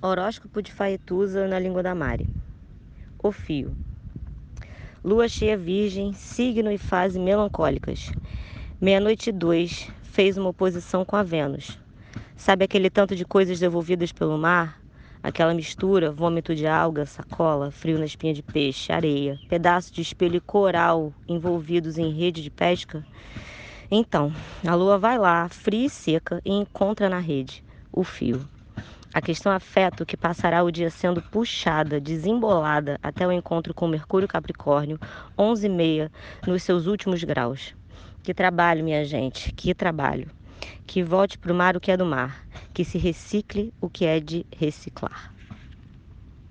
Horóscopo de Faetusa na língua da Mari. O fio. Lua cheia virgem, signo e fase melancólicas. Meia-noite e 2, fez uma oposição com a Vênus. Sabe aquele tanto de coisas devolvidas pelo mar? Aquela mistura, vômito de alga, sacola, frio na espinha de peixe, areia, pedaço de espelho e coral envolvidos em rede de pesca? Então, a lua vai lá, fria e seca, e encontra na rede o fio. A questão afeto que passará o dia sendo puxada, desembolada até o encontro com Mercúrio Capricórnio, 11h30, nos seus últimos graus. Que trabalho, minha gente, que trabalho. Que volte para o mar o que é do mar, que se recicle o que é de reciclar.